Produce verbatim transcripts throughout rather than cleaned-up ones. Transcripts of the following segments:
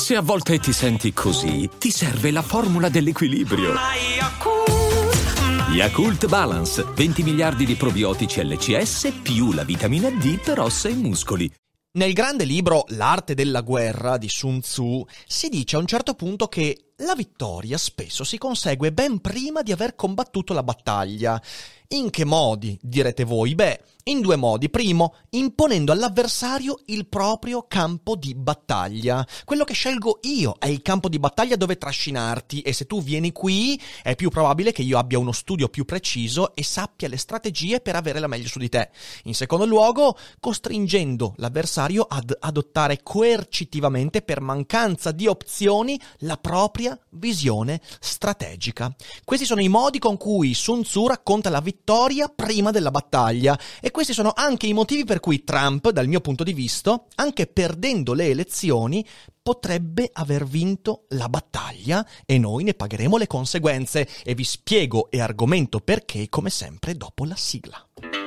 Se a volte ti senti così, ti serve la formula dell'equilibrio. Yakult Balance, venti miliardi di probiotici L C S più la vitamina D per ossa e muscoli. Nel grande libro L'arte della guerra di Sun Tzu si dice a un certo punto che la vittoria spesso si consegue ben prima di aver combattuto la battaglia. In che modi, direte voi? Beh, in due modi. Primo, imponendo all'avversario il proprio campo di battaglia. Quello che scelgo io è il campo di battaglia dove trascinarti, e se tu vieni qui è più probabile che io abbia uno studio più preciso e sappia le strategie per avere la meglio su di te. In secondo luogo, costringendo l'avversario ad adottare coercitivamente, per mancanza di opzioni, la propria visione strategica. Questi sono i modi con cui Sun Tzu racconta la vittoria prima della battaglia, e questi sono anche i motivi per cui Trump, dal mio punto di vista, anche perdendo le elezioni, potrebbe aver vinto la battaglia, e noi ne pagheremo le conseguenze, e vi spiego e argomento perché, come sempre, dopo la sigla.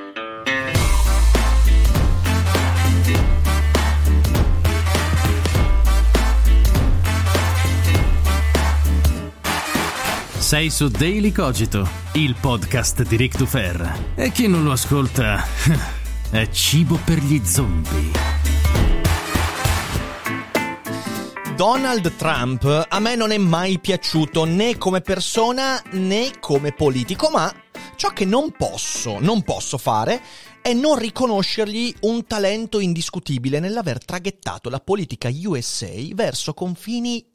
Sei su Daily Cogito, il podcast di Rick Dufer. E chi non lo ascolta è cibo per gli zombie. Donald Trump a me non è mai piaciuto, né come persona né come politico, ma ciò che non posso, non posso fare è non riconoscergli un talento indiscutibile nell'aver traghettato la politica U S A verso confini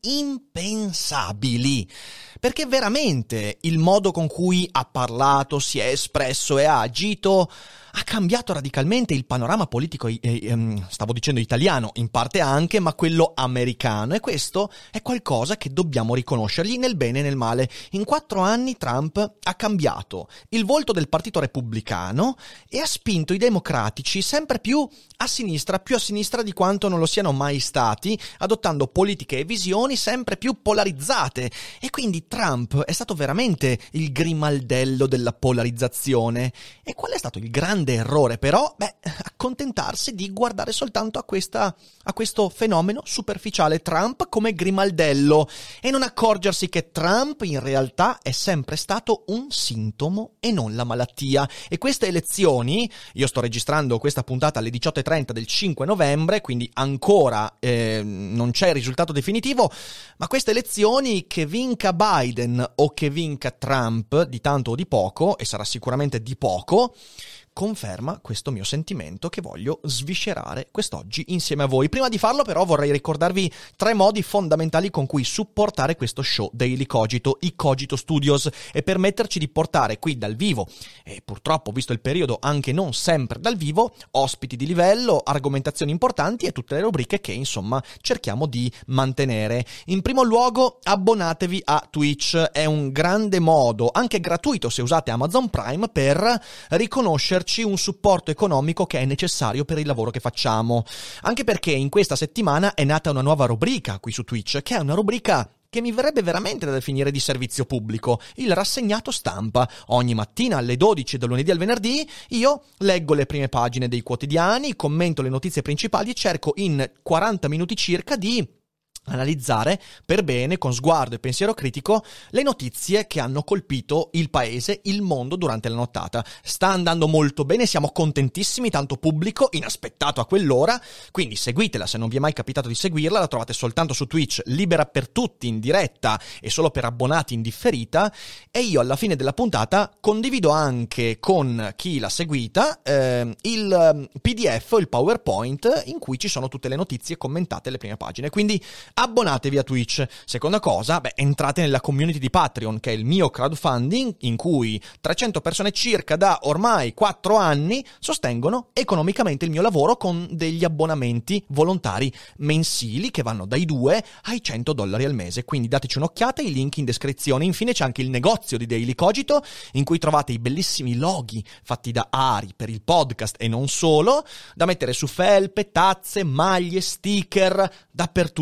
impensabili. Perché veramente il modo con cui ha parlato, si è espresso e ha agito ha cambiato radicalmente il panorama politico, eh, eh, stavo dicendo italiano, in parte anche, ma quello americano, e questo è qualcosa che dobbiamo riconoscergli nel bene e nel male. In quattro anni Trump ha cambiato il volto del partito repubblicano e ha spinto i democratici sempre più a sinistra, più a sinistra di quanto non lo siano mai stati, adottando politiche e visioni sempre più polarizzate, e quindi Trump è stato veramente il grimaldello della polarizzazione. E qual è stato il grande errore però? Beh, accontentarsi di guardare soltanto a questa a questo fenomeno superficiale, Trump come grimaldello, e non accorgersi che Trump in realtà è sempre stato un sintomo e non la malattia. E queste elezioni, io sto registrando questa puntata alle diciotto e trenta del cinque novembre, quindi ancora eh, non c'è il risultato definitivo, ma queste elezioni, che vinca Biden o che vinca Trump, di tanto o di poco, e sarà sicuramente di poco, conferma questo mio sentimento che voglio sviscerare quest'oggi insieme a voi. Prima di farlo però vorrei ricordarvi tre modi fondamentali con cui supportare questo show Daily Cogito, i Cogito Studios, e permetterci di portare qui dal vivo, e purtroppo visto il periodo anche non sempre dal vivo, ospiti di livello, argomentazioni importanti e tutte le rubriche che insomma cerchiamo di mantenere. In primo luogo abbonatevi a Twitch, è un grande modo, anche gratuito se usate Amazon Prime, per riconoscerci un supporto economico che è necessario per il lavoro che facciamo, anche perché in questa settimana è nata una nuova rubrica qui su Twitch, che è una rubrica che mi verrebbe veramente da definire di servizio pubblico, il rassegnato stampa. Ogni mattina alle dodici, da lunedì al venerdì, io leggo le prime pagine dei quotidiani, commento le notizie principali e cerco in quaranta minuti circa di analizzare per bene, con sguardo e pensiero critico, le notizie che hanno colpito il paese, il mondo durante la nottata. Sta andando molto bene, siamo contentissimi, tanto pubblico, inaspettato a quell'ora, quindi seguitela se non vi è mai capitato di seguirla, la trovate soltanto su Twitch, libera per tutti in diretta e solo per abbonati in differita, e io alla fine della puntata condivido anche con chi l'ha seguita eh, il P D F o il PowerPoint in cui ci sono tutte le notizie commentate alle prime pagine, quindi abbonatevi a Twitch. Seconda cosa, beh, entrate nella community di Patreon, che è il mio crowdfunding, in cui trecento persone circa da ormai quattro anni sostengono economicamente il mio lavoro con degli abbonamenti volontari mensili che vanno dai due ai cento dollari al mese. Quindi dateci un'occhiata, i link in descrizione. Infine c'è anche il negozio di Daily Cogito, in cui trovate i bellissimi loghi fatti da Ari per il podcast e non solo, da mettere su felpe, tazze, maglie, sticker, dappertutto, e ce ne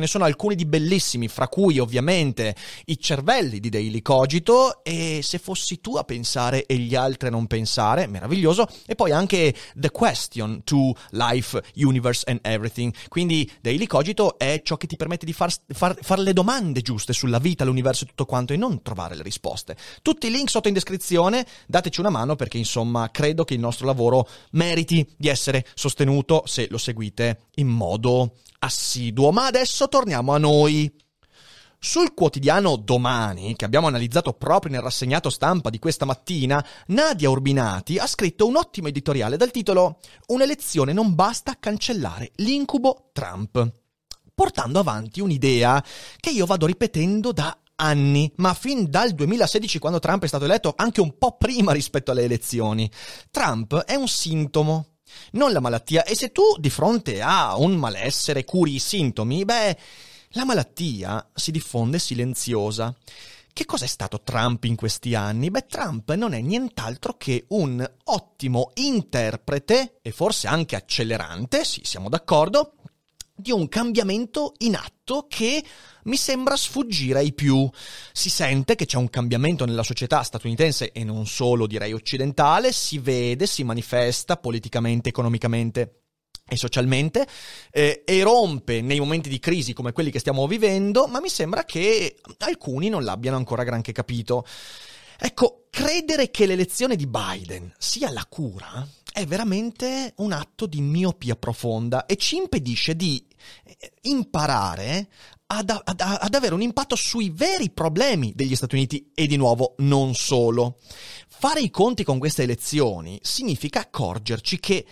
sono alcuni di bellissimi, fra cui ovviamente i cervelli di Daily Cogito, e Se fossi tu a pensare e gli altri a non pensare, meraviglioso, e poi anche The Question to Life, Universe and Everything. Quindi Daily Cogito è ciò che ti permette di far, far, far le domande giuste sulla vita, l'universo e tutto quanto, e non trovare le risposte. Tutti i link sotto in descrizione, dateci una mano perché insomma credo che il nostro lavoro meriti di essere sostenuto se lo seguite in modo assiduo. Ma adesso torniamo a noi. Sul quotidiano Domani, che abbiamo analizzato proprio nel rassegnato stampa di questa mattina, Nadia Urbinati ha scritto un ottimo editoriale dal titolo "Un'elezione non basta a cancellare l'incubo Trump", portando avanti un'idea che io vado ripetendo da anni, ma fin dal duemilasedici, quando Trump è stato eletto, anche un po' prima rispetto alle elezioni. Trump è un sintomo, non la malattia, e se tu di fronte a un malessere curi i sintomi, beh, la malattia si diffonde silenziosa. Che cos'è stato Trump in questi anni? Beh, Trump non è nient'altro che un ottimo interprete, e forse anche accelerante, sì, siamo d'accordo, di un cambiamento in atto che mi sembra sfuggire ai più. Si sente che c'è un cambiamento nella società statunitense e non solo, direi occidentale, si vede, si manifesta politicamente, economicamente e socialmente, eh, e rompe nei momenti di crisi come quelli che stiamo vivendo, ma mi sembra che alcuni non l'abbiano ancora granché capito. Ecco, credere che l'elezione di Biden sia la cura è veramente un atto di miopia profonda e ci impedisce di imparare ad, ad, ad avere un impatto sui veri problemi degli Stati Uniti, e di nuovo non solo. Fare i conti con queste elezioni significa accorgerci che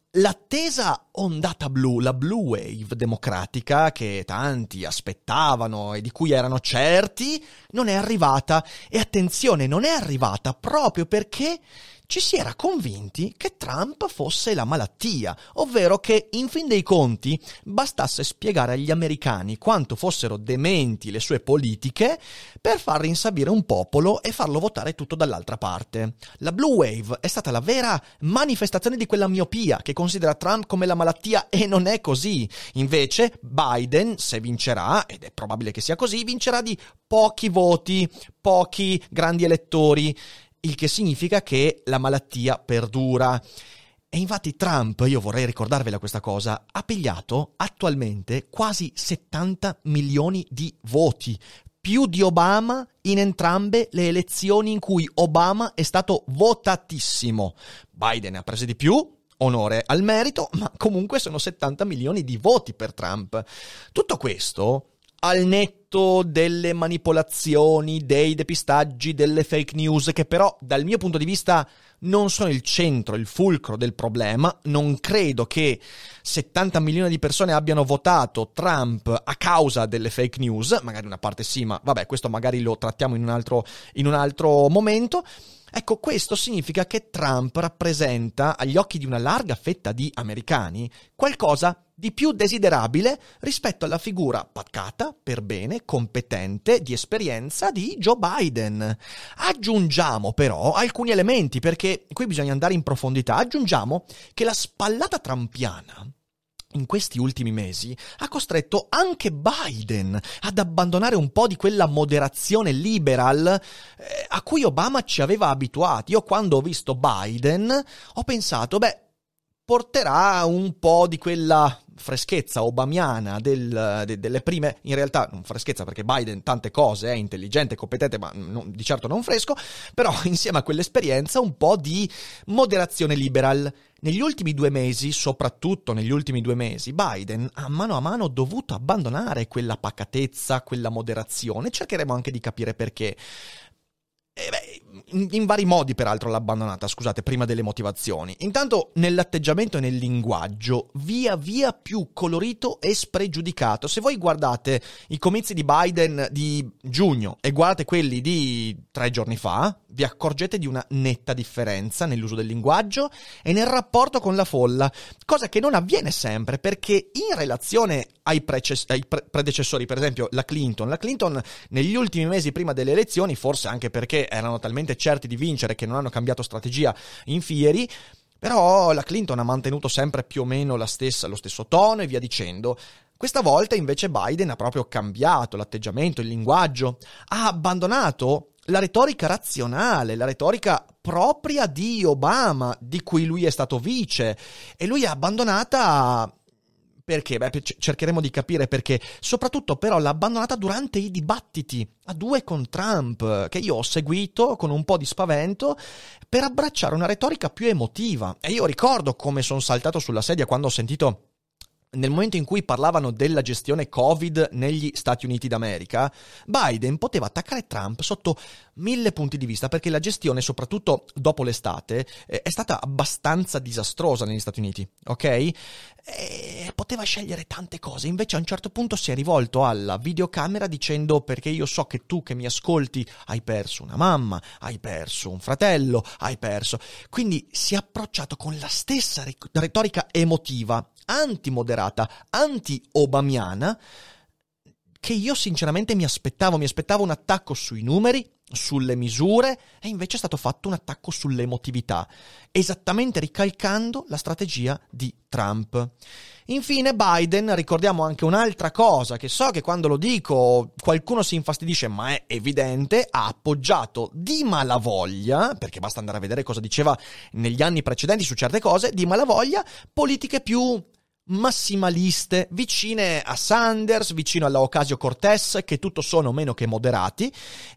l'attesa ondata blu, la blue wave democratica che tanti aspettavano e di cui erano certi, non è arrivata. E attenzione, non è arrivata proprio perché ci si era convinti che Trump fosse la malattia, ovvero che in fin dei conti bastasse spiegare agli americani quanto fossero dementi le sue politiche per far rinsabire un popolo e farlo votare tutto dall'altra parte. La Blue Wave è stata la vera manifestazione di quella miopia che considera Trump come la malattia, e non è così. Invece Biden, se vincerà, ed è probabile che sia così, vincerà di pochi voti, pochi grandi elettori, il che significa che la malattia perdura. E infatti Trump, io vorrei ricordarvela questa cosa, ha pigliato attualmente quasi settanta milioni di voti, più di Obama in entrambe le elezioni in cui Obama è stato votatissimo. Biden ne ha prese di più, onore al merito, ma comunque sono settanta milioni di voti per Trump. Tutto questo al netto delle manipolazioni, dei depistaggi, delle fake news, che però dal mio punto di vista non sono il centro, il fulcro del problema. Non credo che settanta milioni di persone abbiano votato Trump a causa delle fake news, magari una parte sì, ma vabbè, questo magari lo trattiamo in un altro, in un altro momento. Ecco, questo significa che Trump rappresenta, agli occhi di una larga fetta di americani, qualcosa di più desiderabile rispetto alla figura pacata, per bene, competente, di esperienza di Joe Biden. Aggiungiamo però alcuni elementi, perché qui bisogna andare in profondità. Aggiungiamo che la spallata trumpiana in questi ultimi mesi ha costretto anche Biden ad abbandonare un po' di quella moderazione liberal eh, a cui Obama ci aveva abituati. Io quando ho visto Biden ho pensato, beh, porterà un po' di quella freschezza obamiana del, de, delle prime, in realtà non freschezza perché Biden tante cose, è intelligente, competente, ma non, di certo non fresco, però insieme a quell'esperienza un po' di moderazione liberal. Negli ultimi due mesi, soprattutto negli ultimi due mesi, Biden ha mano a mano dovuto abbandonare quella pacatezza, quella moderazione. Cercheremo anche di capire perché. Eh beh, in, in vari modi peraltro l'ha abbandonata, scusate, prima delle motivazioni. Intanto nell'atteggiamento e nel linguaggio, via via più colorito e spregiudicato. Se voi guardate i comizi di Biden di giugno e guardate quelli di tre giorni fa, vi accorgete di una netta differenza nell'uso del linguaggio e nel rapporto con la folla, cosa che non avviene sempre, perché in relazione ai, preces- ai pre- predecessori, per esempio la Clinton, la Clinton negli ultimi mesi prima delle elezioni, forse anche perché erano talmente certi di vincere che non hanno cambiato strategia in fieri, però la Clinton ha mantenuto sempre più o meno la stessa, lo stesso tono e via dicendo. Questa volta invece Biden ha proprio cambiato l'atteggiamento, il linguaggio, ha abbandonato la retorica razionale, la retorica propria di Obama, di cui lui è stato vice, e lui ha abbandonata... Perché? Beh, cercheremo di capire perché. Soprattutto però l'ha abbandonata durante i dibattiti a due con Trump, che io ho seguito con un po' di spavento, per abbracciare una retorica più emotiva. E io ricordo come sono saltato sulla sedia quando ho sentito, nel momento in cui parlavano della gestione Covid negli Stati Uniti d'America, Biden poteva attaccare Trump sotto mille punti di vista, perché la gestione, soprattutto dopo l'estate, eh, è stata abbastanza disastrosa negli Stati Uniti, ok? E poteva scegliere tante cose, invece a un certo punto si è rivolto alla videocamera dicendo: perché io so che tu che mi ascolti hai perso una mamma, hai perso un fratello, hai perso... Quindi si è approcciato con la stessa retorica emotiva, antimoderata, anti-obamiana, che io sinceramente mi aspettavo, mi aspettavo un attacco sui numeri, sulle misure, e invece è stato fatto un attacco sull'emotività, esattamente ricalcando la strategia di Trump. Infine Biden, ricordiamo anche un'altra cosa, che so che quando lo dico qualcuno si infastidisce, ma è evidente, ha appoggiato di malavoglia, perché basta andare a vedere cosa diceva negli anni precedenti su certe cose, di malavoglia, politiche più massimaliste, vicine a Sanders, vicino alla Ocasio-Cortez, che tutto sono meno che moderati,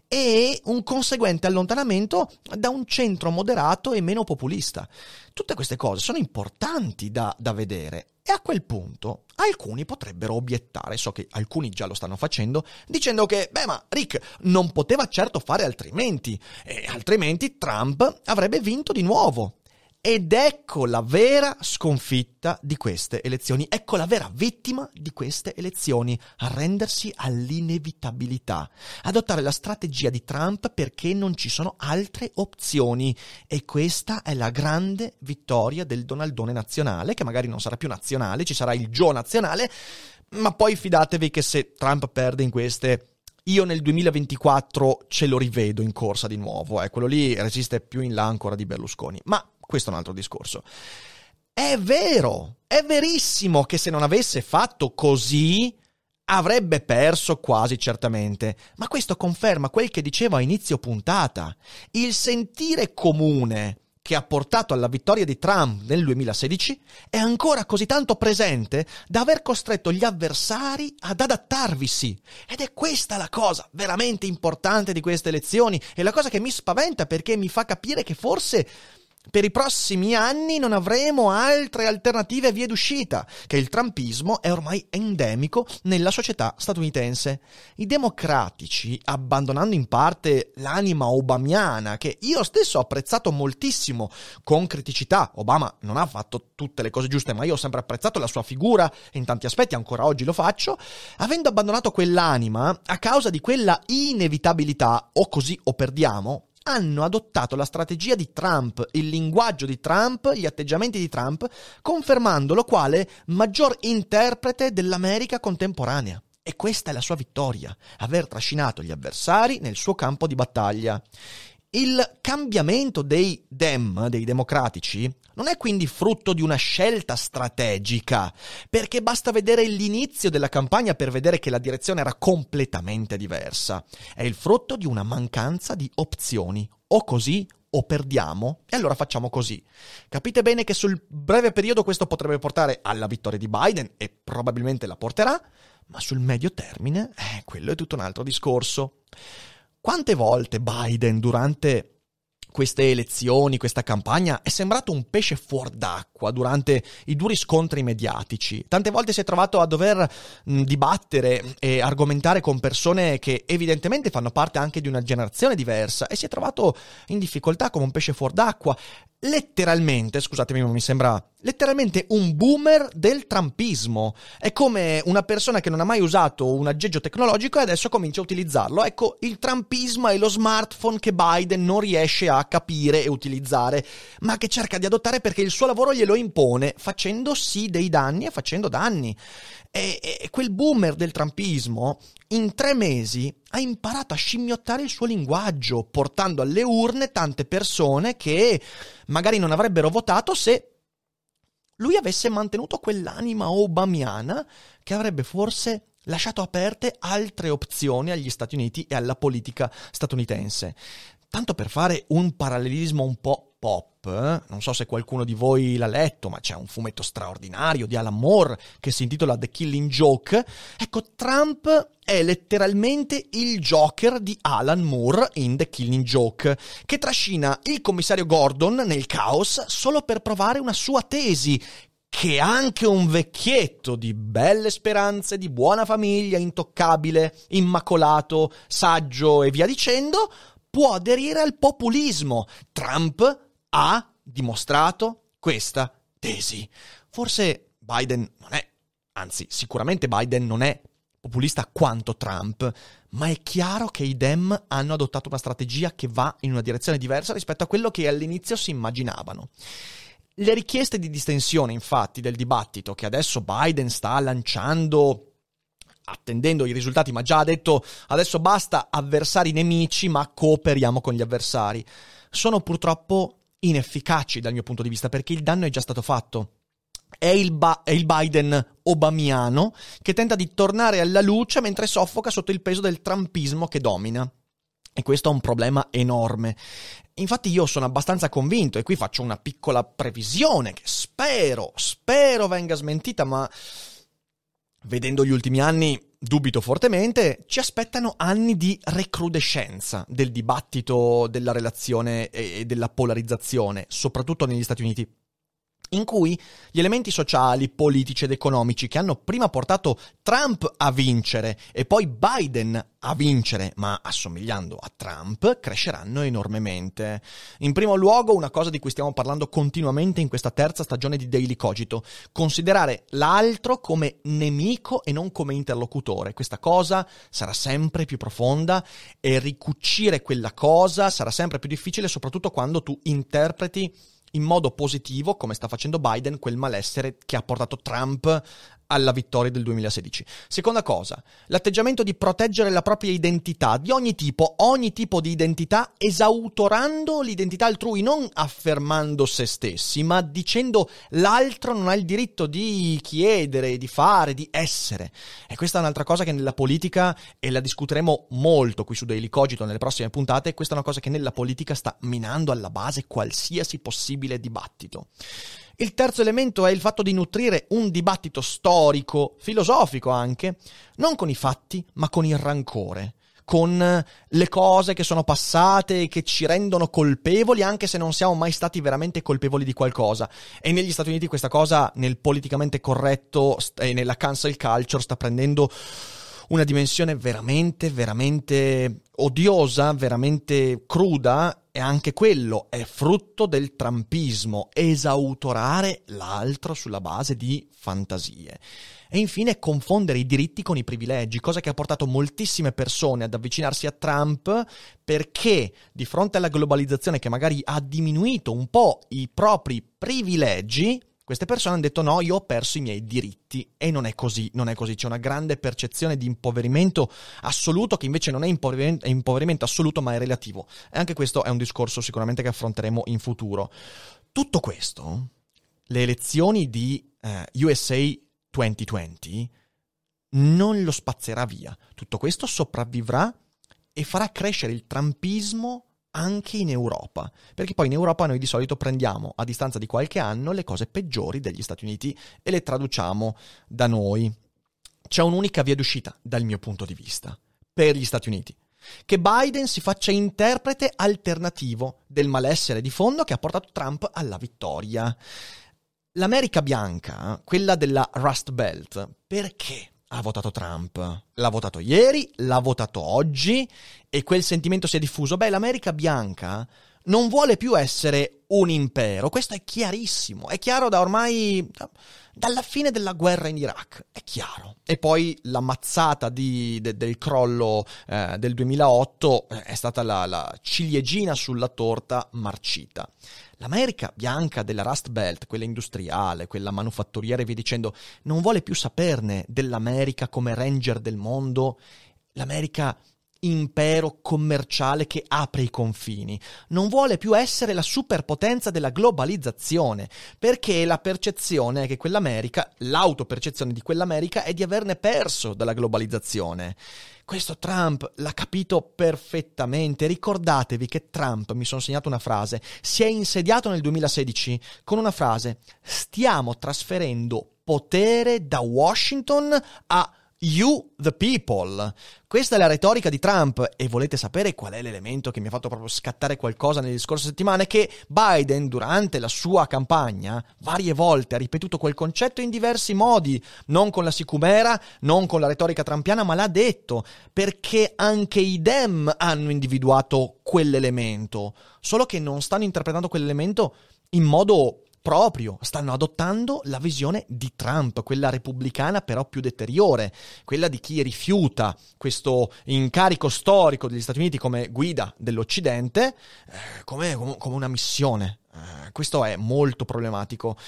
e un conseguente allontanamento da un centro moderato e meno populista. Tutte queste cose sono importanti da, da vedere, e a quel punto alcuni potrebbero obiettare, so che alcuni già lo stanno facendo, dicendo che, beh ma Rick, non poteva certo fare altrimenti, e altrimenti Trump avrebbe vinto di nuovo. Ed ecco la vera sconfitta di queste elezioni, ecco la vera vittima di queste elezioni: arrendersi all'inevitabilità, adottare la strategia di Trump perché non ci sono altre opzioni. E questa è la grande vittoria del Donaldone nazionale, che magari non sarà più nazionale, ci sarà il Joe nazionale, ma poi fidatevi che se Trump perde in queste... Io nel duemilaventiquattro ce lo rivedo in corsa di nuovo, eh. Quello lì resiste più in là ancora di Berlusconi, ma questo è un altro discorso. È vero, è verissimo che se non avesse fatto così avrebbe perso quasi certamente, ma questo conferma quel che dicevo a inizio puntata. Il sentire comune che ha portato alla vittoria di Trump nel duemilasedici è ancora così tanto presente da aver costretto gli avversari ad adattarvisi. Ed è questa la cosa veramente importante di queste elezioni, e la cosa che mi spaventa, perché mi fa capire che forse per i prossimi anni non avremo altre alternative vie d'uscita, che il trumpismo è ormai endemico nella società statunitense. I democratici, abbandonando in parte l'anima obamiana, che io stesso ho apprezzato moltissimo, con criticità. Obama non ha fatto tutte le cose giuste, ma io ho sempre apprezzato la sua figura, e in tanti aspetti ancora oggi lo faccio. Avendo abbandonato quell'anima, a causa di quella inevitabilità, o così o perdiamo, hanno adottato la strategia di Trump, il linguaggio di Trump, gli atteggiamenti di Trump, confermandolo quale maggior interprete dell'America contemporanea. E questa è la sua vittoria, aver trascinato gli avversari nel suo campo di battaglia. Il cambiamento dei Dem, dei democratici, non è quindi frutto di una scelta strategica, perché basta vedere l'inizio della campagna per vedere che la direzione era completamente diversa. È il frutto di una mancanza di opzioni. O così o perdiamo, e allora facciamo così. Capite bene che sul breve periodo questo potrebbe portare alla vittoria di Biden, e probabilmente la porterà, ma sul medio termine, eh, quello è tutto un altro discorso. Quante volte Biden durante queste elezioni, questa campagna, è sembrato un pesce fuor d'acqua durante i duri scontri mediatici. Tante volte si è trovato a dover mh, dibattere e argomentare con persone che evidentemente fanno parte anche di una generazione diversa, e si è trovato in difficoltà come un pesce fuor d'acqua. Letteralmente, scusatemi, ma mi sembra letteralmente un boomer del trumpismo. È come una persona che non ha mai usato un aggeggio tecnologico e adesso comincia a utilizzarlo. Ecco, il trumpismo è lo smartphone che Biden non riesce a capire e utilizzare, ma che cerca di adottare perché il suo lavoro glielo impone, facendo sì dei danni e facendo danni. E, e quel boomer del trumpismo in tre mesi ha imparato a scimmiottare il suo linguaggio, portando alle urne tante persone che magari non avrebbero votato se lui avesse mantenuto quell'anima obamiana che avrebbe forse lasciato aperte altre opzioni agli Stati Uniti e alla politica statunitense. Tanto per fare un parallelismo un po' pop, eh? Non so se qualcuno di voi l'ha letto, ma c'è un fumetto straordinario di Alan Moore che si intitola The Killing Joke. Ecco, Trump è letteralmente il Joker di Alan Moore in The Killing Joke, che trascina il commissario Gordon nel caos solo per provare una sua tesi, che anche un vecchietto di belle speranze, di buona famiglia, intoccabile, immacolato, saggio e via dicendo, può aderire al populismo. Trump ha dimostrato questa tesi. Forse Biden non è, anzi sicuramente Biden non è populista quanto Trump, ma è chiaro che i Dem hanno adottato una strategia che va in una direzione diversa rispetto a quello che all'inizio si immaginavano. Le richieste di distensione, infatti, del dibattito che adesso Biden sta lanciando, attendendo i risultati, ma già ha detto adesso basta avversari nemici, ma cooperiamo con gli avversari, sono purtroppo inefficaci dal mio punto di vista, perché il danno è già stato fatto. È il, ba- è il Biden obamiano che tenta di tornare alla luce mentre soffoca sotto il peso del trumpismo che domina. E questo è un problema enorme. Infatti io sono abbastanza convinto, e qui faccio una piccola previsione che spero, spero venga smentita, ma vedendo gli ultimi anni dubito fortemente, ci aspettano anni di recrudescenza del dibattito, della relazione e della polarizzazione, soprattutto negli Stati Uniti, in cui gli elementi sociali, politici ed economici che hanno prima portato Trump a vincere e poi Biden a vincere, ma assomigliando a Trump, cresceranno enormemente. In primo luogo, una cosa di cui stiamo parlando continuamente in questa terza stagione di Daily Cogito: considerare l'altro come nemico e non come interlocutore. Questa cosa sarà sempre più profonda e ricucire quella cosa sarà sempre più difficile, soprattutto quando tu interpreti in modo positivo, come sta facendo Biden, quel malessere che ha portato Trump alla vittoria del duemilasedici. Seconda cosa, l'atteggiamento di proteggere la propria identità di ogni tipo, ogni tipo di identità, esautorando l'identità altrui, non affermando se stessi, ma dicendo l'altro non ha il diritto di chiedere, di fare, di essere. E questa è un'altra cosa che nella politica, e la discuteremo molto qui su Daily Cogito nelle prossime puntate, questa è una cosa che nella politica sta minando alla base qualsiasi possibile dibattito. Il terzo elemento è il fatto di nutrire un dibattito storico, filosofico anche, non con i fatti, ma con il rancore, con le cose che sono passate e che ci rendono colpevoli, anche se non siamo mai stati veramente colpevoli di qualcosa. E negli Stati Uniti questa cosa, nel politicamente corretto e nella cancel culture, sta prendendo una dimensione veramente, veramente odiosa, veramente cruda, e anche quello è frutto del trumpismo, esautorare l'altro sulla base di fantasie. E infine confondere i diritti con i privilegi, cosa che ha portato moltissime persone ad avvicinarsi a Trump, perché di fronte alla globalizzazione che magari ha diminuito un po' i propri privilegi, queste persone hanno detto no, io ho perso i miei diritti, e non è così, non è così. C'è una grande percezione di impoverimento assoluto che invece non è impoverimento, è impoverimento assoluto ma è relativo. E anche questo è un discorso sicuramente che affronteremo in futuro. Tutto questo, le elezioni di eh, U S A duemilaventi non lo spazzerà via. Tutto questo sopravvivrà e farà crescere il trumpismo anche in Europa, perché poi in Europa noi di solito prendiamo a distanza di qualche anno le cose peggiori degli Stati Uniti e le traduciamo da noi. C'è un'unica via d'uscita dal mio punto di vista per gli Stati Uniti: che Biden si faccia interprete alternativo del malessere di fondo che ha portato Trump alla vittoria. L'America bianca, quella della Rust Belt, perché ha votato Trump? L'ha votato ieri, l'ha votato oggi, e quel sentimento si è diffuso. Beh, l'America bianca non vuole più essere un impero, questo è chiarissimo, è chiaro da ormai, dalla fine della guerra in Iraq, è chiaro. E poi la mazzata di, de, del crollo eh, del duemilaotto è stata la, la ciliegina sulla torta marcita. L'America bianca della Rust Belt, quella industriale, quella manufatturiera e via dicendo, non vuole più saperne dell'America come ranger del mondo, l'America impero commerciale che apre i confini, non vuole più essere la superpotenza della globalizzazione, perché la percezione è che quell'America, l'autopercezione di quell'America è di averne perso dalla globalizzazione. Questo Trump l'ha capito perfettamente. Ricordatevi che Trump, mi sono segnato una frase, si è insediato nel duemilasedici con una frase: stiamo trasferendo potere da Washington a you the people. Questa è la retorica di Trump. E volete sapere qual è l'elemento che mi ha fatto proprio scattare qualcosa nelle scorse settimane? Che Biden durante la sua campagna varie volte ha ripetuto quel concetto in diversi modi, non con la sicumera, non con la retorica trumpiana, ma l'ha detto perché anche i Dem hanno individuato quell'elemento, solo che non stanno interpretando quell'elemento in modo proprio, stanno adottando la visione di Trump, quella repubblicana però più deteriore, quella di chi rifiuta questo incarico storico degli Stati Uniti come guida dell'Occidente eh, come, come una missione. Eh, questo è molto problematico.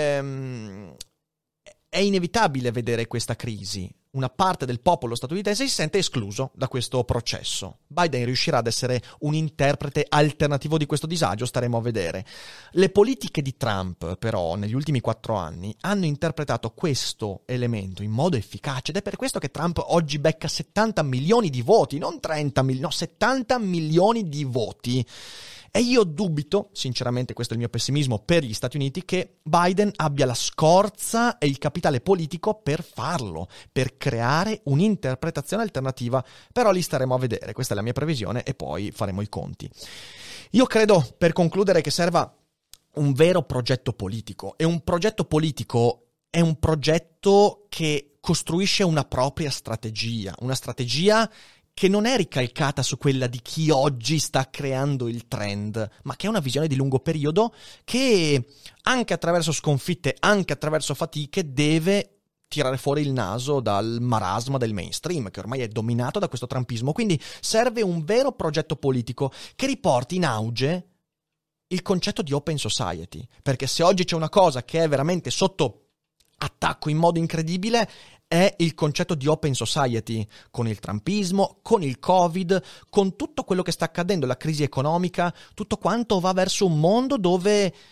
Ehm, è inevitabile vedere questa crisi. Una parte del popolo statunitense si sente escluso da questo processo. Biden riuscirà ad essere un interprete alternativo di questo disagio? Staremo a vedere. Le politiche di Trump, però, negli ultimi quattro anni, hanno interpretato questo elemento in modo efficace ed è per questo che Trump oggi becca settanta milioni di voti, non trenta milioni, no, settanta milioni di voti. E io dubito, sinceramente questo è il mio pessimismo per gli Stati Uniti, che Biden abbia la scorza e il capitale politico per farlo, per creare un'interpretazione alternativa, però li staremo a vedere, questa è la mia previsione e poi faremo i conti. Io credo, per concludere, che serva un vero progetto politico, e un progetto politico è un progetto che costruisce una propria strategia, una strategia che non è ricalcata su quella di chi oggi sta creando il trend, ma che è una visione di lungo periodo che anche attraverso sconfitte, anche attraverso fatiche, deve tirare fuori il naso dal marasma del mainstream, che ormai è dominato da questo trumpismo. Quindi serve un vero progetto politico che riporti in auge il concetto di open society, perché se oggi c'è una cosa che è veramente sotto attacco in modo incredibile è il concetto di open society, con il trumpismo, con il Covid, con tutto quello che sta accadendo, la crisi economica, tutto quanto va verso un mondo dove eh,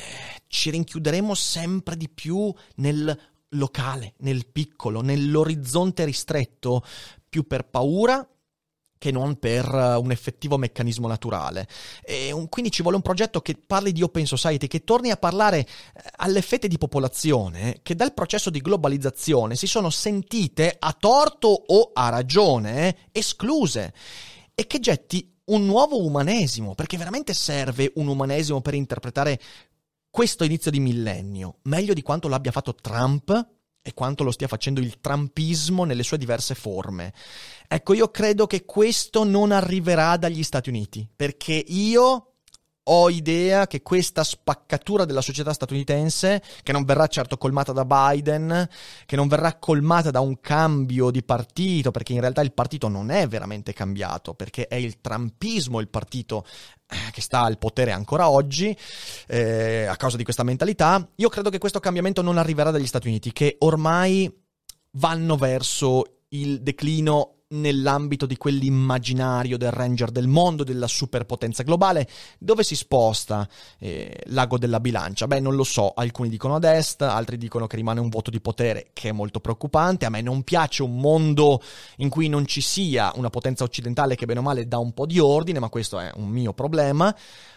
ci rinchiuderemo sempre di più nel locale, nel piccolo, nell'orizzonte ristretto, più per paura che non per un effettivo meccanismo naturale. E un, quindi ci vuole un progetto che parli di open society, che torni a parlare alle fette di popolazione che dal processo di globalizzazione si sono sentite, a torto o a ragione, escluse, e che getti un nuovo umanesimo, perché veramente serve un umanesimo per interpretare questo inizio di millennio, meglio di quanto l'abbia fatto Trump e quanto lo stia facendo il trumpismo nelle sue diverse forme. Ecco, io credo che questo non arriverà dagli Stati Uniti, perché io ho idea che questa spaccatura della società statunitense, che non verrà certo colmata da Biden, che non verrà colmata da un cambio di partito, perché in realtà il partito non è veramente cambiato, perché è il trumpismo il partito che sta al potere ancora oggi, eh, a causa di questa mentalità. Io credo che questo cambiamento non arriverà dagli Stati Uniti, che ormai vanno verso il declino nell'ambito di quell'immaginario del ranger del mondo, della superpotenza globale. Dove si sposta eh, l'ago della bilancia? Beh, non lo so, alcuni dicono ad est, altri dicono che rimane un vuoto di potere, che è molto preoccupante. A me non piace un mondo in cui non ci sia una potenza occidentale che bene o male dà un po' di ordine, ma questo è un mio problema.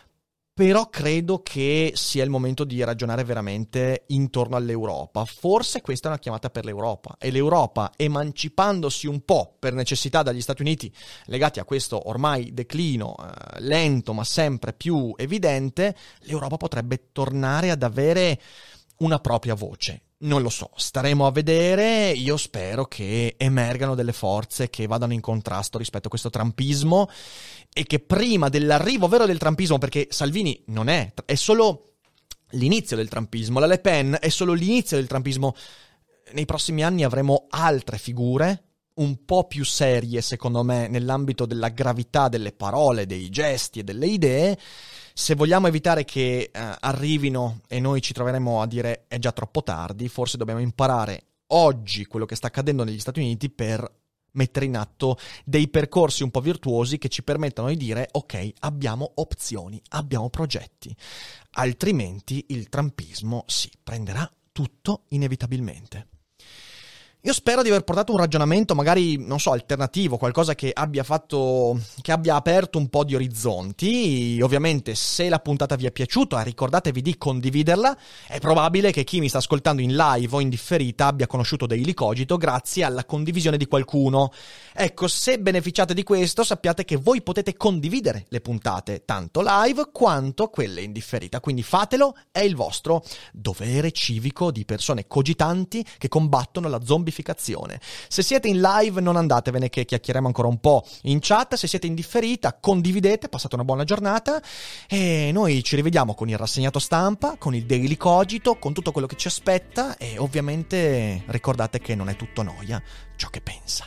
Però credo che sia il momento di ragionare veramente intorno all'Europa. Forse questa è una chiamata per l'Europa, e l'Europa, emancipandosi un po' per necessità dagli Stati Uniti, legati a questo ormai declino eh, lento ma sempre più evidente, l'Europa potrebbe tornare ad avere una propria voce. Non lo so, staremo a vedere. Io spero che emergano delle forze che vadano in contrasto rispetto a questo trumpismo, e che prima dell'arrivo vero del trumpismo, perché Salvini non è, è solo l'inizio del trumpismo, la Le Pen è solo l'inizio del trumpismo, nei prossimi anni avremo altre figure un po' più serie, secondo me, nell'ambito della gravità delle parole, dei gesti e delle idee. Se vogliamo evitare che eh, arrivino e noi ci troveremo a dire è già troppo tardi, forse dobbiamo imparare oggi quello che sta accadendo negli Stati Uniti per mettere in atto dei percorsi un po' virtuosi che ci permettano di dire ok, abbiamo opzioni, abbiamo progetti, altrimenti il trumpismo si prenderà tutto inevitabilmente. Io spero di aver portato un ragionamento magari, non so, alternativo, qualcosa che abbia fatto, che abbia aperto un po' di orizzonti. Ovviamente se la puntata vi è piaciuta, ricordatevi di condividerla. È probabile che chi mi sta ascoltando in live o in differita abbia conosciuto Daily Cogito grazie alla condivisione di qualcuno. Ecco, se beneficiate di questo, sappiate che voi potete condividere le puntate, tanto live quanto quelle in differita. Quindi fatelo, è il vostro dovere civico di persone cogitanti che combattono la zombie. Se siete in live non andatevene che chiacchieremo ancora un po' in chat, se siete in differita condividete, passate una buona giornata e noi ci rivediamo con il rassegnato stampa, con il Daily Cogito, con tutto quello che ci aspetta e ovviamente ricordate che non è tutto noia ciò che pensa.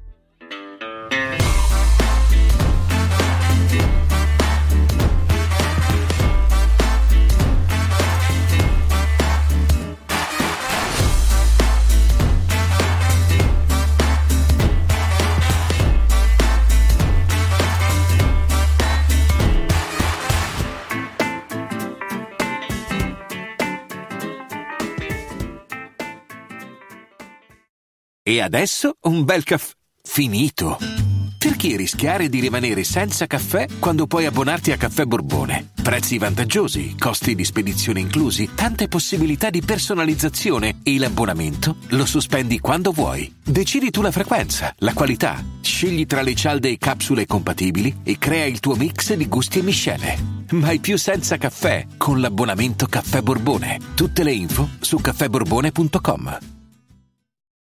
E adesso un bel caffè finito. Perché rischiare di rimanere senza caffè quando puoi abbonarti a Caffè Borbone? Prezzi vantaggiosi, costi di spedizione inclusi, tante possibilità di personalizzazione e l'abbonamento lo sospendi quando vuoi. Decidi tu la frequenza, la qualità, scegli tra le cialde e capsule compatibili e crea il tuo mix di gusti e miscele. Mai più senza caffè con l'abbonamento Caffè Borbone. Tutte le info su caffè borbone punto com.